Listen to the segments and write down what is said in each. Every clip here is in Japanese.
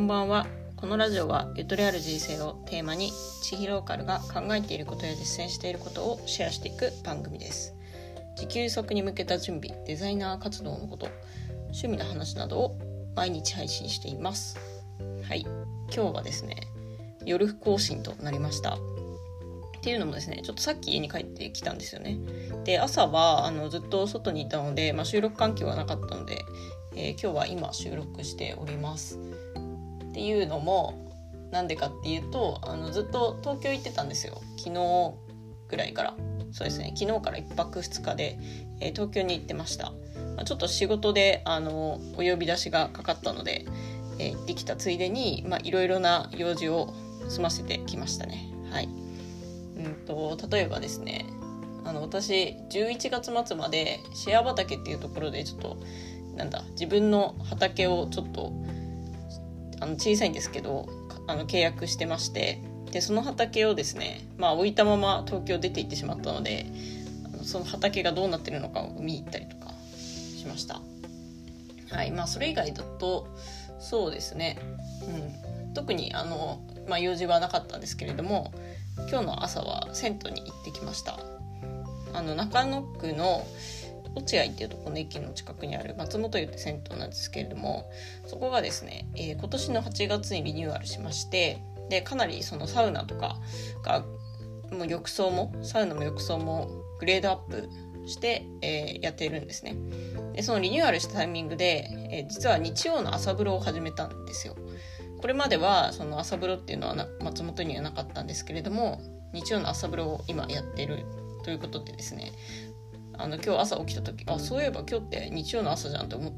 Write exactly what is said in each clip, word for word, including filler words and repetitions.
ばんは。このラジオはゆとりある人生をテーマにちひローカルが考えていることや実践していることをシェアしていく番組です。自給足に向けた準備、デザイナー活動のこと、趣味の話などを毎日配信しています。はい、今日はですね夜更新となりました。っていうのもですねちょっとさっき家に帰ってきたんですよね。で朝はあのずっと外にいたので、まあ、収録環境がなかったので、えー、今日は今収録しております。っていうのもなんでかっていうとあのずっと東京行ってたんですよ。昨日ぐらいからそうですね昨日からいっぱくふつかで、えー、東京に行ってました。まあ、ちょっと仕事であのお呼び出しがかかったので、えー、行ってきたついでにいろいろな用事を済ませてきましたね。はい。うんと例えばですねあの私じゅういちがつ末までシェア畑っていうところでちょっとなんだ自分の畑をちょっとあの小さいんですけどあの契約してまして、でその畑をですねまあ置いたまま東京出て行ってしまったので、あのその畑がどうなってるのかを見に行ったりとかしました。はい。まあそれ以外だとそうですね、うん、特にあの、まあ、用事はなかったんですけれども、今日の朝は銭湯に行ってきました。あの中野区の落合っていうところの駅の近くにある松本湯って銭湯なんですけれども、そこがですね、えー、今年のはちがつにリニューアルしまして、でかなりそのサウナとかがもう浴槽もサウナも浴槽もグレードアップして、えー、やっているんですね。でそのリニューアルしたタイミングで、えー、実は日曜の朝風呂を始めたんですよ。これまではその朝風呂っていうのはな松本にはなかったんですけれども、日曜の朝風呂を今やっているということでですね、あの今日朝起きた時あそういえば今日って日曜の朝じゃんと思って、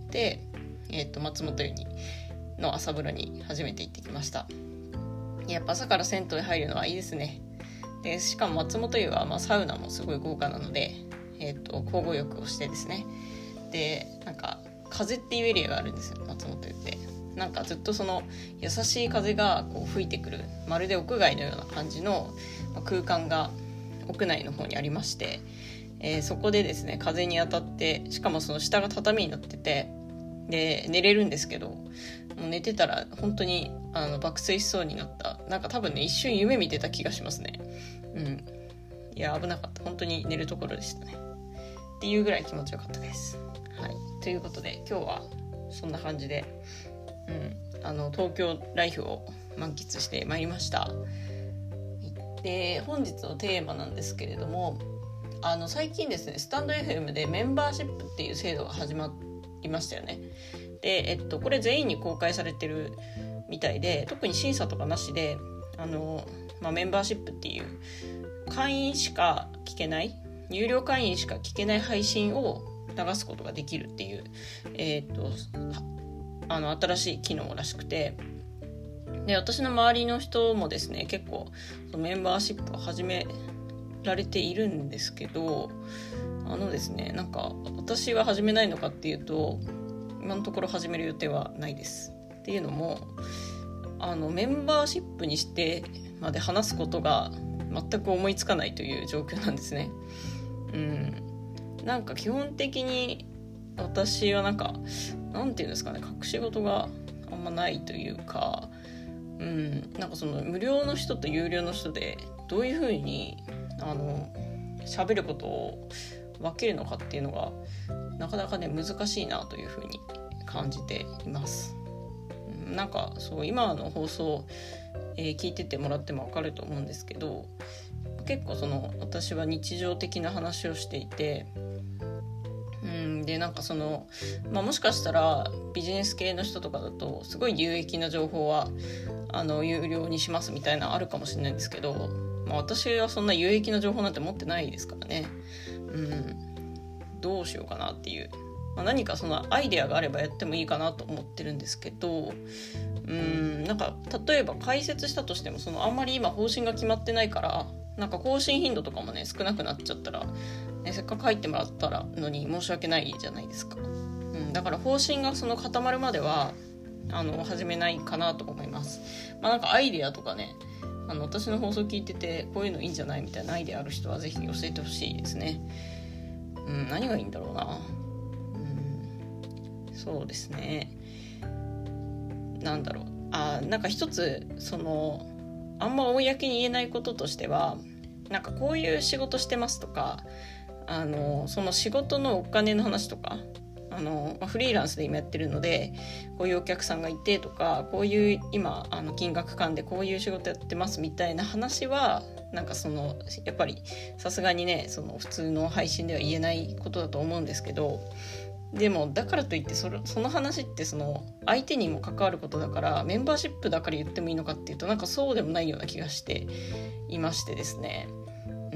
えー、と松本湯にの朝風呂に初めて行ってきました。やっぱ朝から銭湯に入るのはいいですね。でしかも松本湯は、まあ、サウナもすごい豪華なので、えー、と交互浴をしてですね、でなんか風っていうエリアがあるんですよ松本湯って。なんかずっとその優しい風がこう吹いてくるまるで屋外のような感じの空間が屋内の方にありまして、えー、そこでですね風に当たって、しかもその下が畳になっててで寝れるんですけど、もう寝てたら本当にあの爆睡しそうになった。なんか多分ね一瞬夢見てた気がしますね。うんいや危なかった。本当に寝るところでしたねっていうぐらい気持ちよかったです。はい。ということで今日はそんな感じで、うん、あの東京ライフを満喫してまいりました。で本日のテーマなんですけれども、あの最近ですねスタンド エフエム でメンバーシップっていう制度が始まりましたよね。で、えっと、これ全員に公開されてるみたいで、特に審査とかなしであの、まあ、メンバーシップっていう会員しか聞けない有料会員しか聞けない配信を流すことができるっていう、えっと、あの新しい機能らしくて、で私の周りの人もですね結構メンバーシップを始められているんですけど、あのですねなんか私は始めないのかっていうと今のところ始める予定はないです。っていうのもあのメンバーシップにしてまで話すことが全く思いつかないという状況なんですね。うんなんか基本的に私はなんかなんていうんですかね隠し事があんまないというか、うん、なんかその無料の人と有料の人でどういう風にあの喋ることを分けるのかっていうのがなかなかね難しいなという風に感じています。うん、なんかそう今の放送、えー、聞いててもらっても分かると思うんですけど、結構その私は日常的な話をしていて、うんでなんかその、まあ、もしかしたらビジネス系の人とかだとすごい有益な情報はあの有料にしますみたいなのあるかもしれないんですけど、まあ、私はそんな有益な情報なんて持ってないですからね。うんどうしようかなっていう、まあ、何かそのアイデアがあればやってもいいかなと思ってるんですけど、うんなんか例えば解説したとしてもそのあんまり今方針が決まってないからなんか更新頻度とかもね少なくなっちゃったら、ね、せっかく入ってもらったらのに申し訳ないじゃないですか。うん、だから方針がその固まるまではあの始めないかなと思います。まあなんかアイデアとかねあの私の放送聞いててこういうのいいんじゃないみたいなアイデアある人はぜひ教えてほしいですね。うん、何がいいんだろうな。うん、そうですね。なんだろうあなんか一つそのあんま公に言えないこととしては、なんかこういう仕事してますとか、あのその仕事のお金の話とか、あのフリーランスで今やってるのでこういうお客さんがいてとか、こういう今あの金額間でこういう仕事やってますみたいな話はなんかそのやっぱりさすがにね、その普通の配信では言えないことだと思うんですけど、でもだからといってそれその話ってその相手にも関わることだから、メンバーシップだから言ってもいいのかっていうとなんかそうでもないような気がしていましてですね、うん、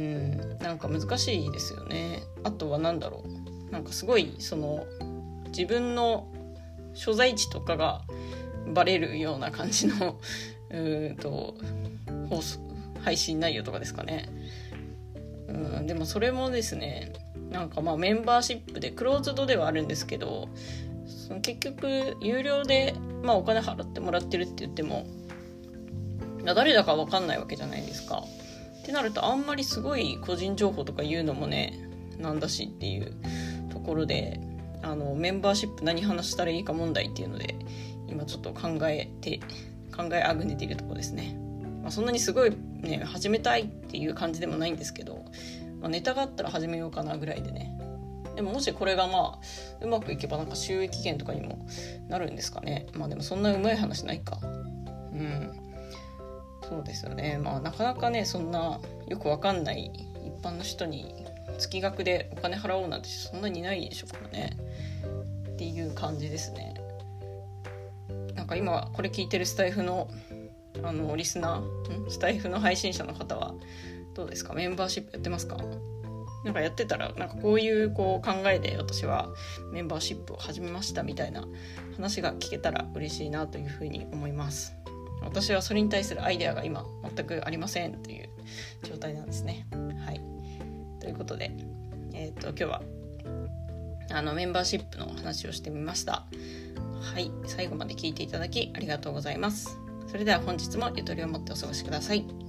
なんか難しいですよね。あとはなんだろう、なんかすごいその自分の所在地とかがバレるような感じのうーんと放送配信内容とかですかね。うん、でもそれもですね、なんかまあメンバーシップでクローズドではあるんですけど、その結局有料でまあお金払ってもらってるって言っても誰だか分かんないわけじゃないですか。ってなるとあんまりすごい個人情報とか言うのもねなんだしっていうところで、あのメンバーシップ何話したらいいか問題っていうので今ちょっと考えて考えあぐねているところですね。まあ、そんなにすごいね始めたいっていう感じでもないんですけど、まあ、ネタがあったら始めようかなぐらいでね。でももしこれがまあうまくいけばなんか収益源とかにもなるんですかね。まあでもそんなうまい話ないか。うんそうですよね。まあなかなかねそんなよくわかんない一般の人に月額でお金払おうなんてそんなにないでしょうからねっていう感じですね。なんか今これ聞いてるスタイフのあのリスナースタイフの配信者の方はどうですか？メンバーシップやってますか？なんかやってたらなんかこういうこう考えで私はメンバーシップを始めましたみたいな話が聞けたら嬉しいなというふうに思います。私はそれに対するアイデアが今全くありませんという状態なんですね。はい。ということで、えーと、今日はあのメンバーシップの話をしてみました。はい。最後まで聞いていただきありがとうございます。それでは本日もゆとりを持ってお過ごしください。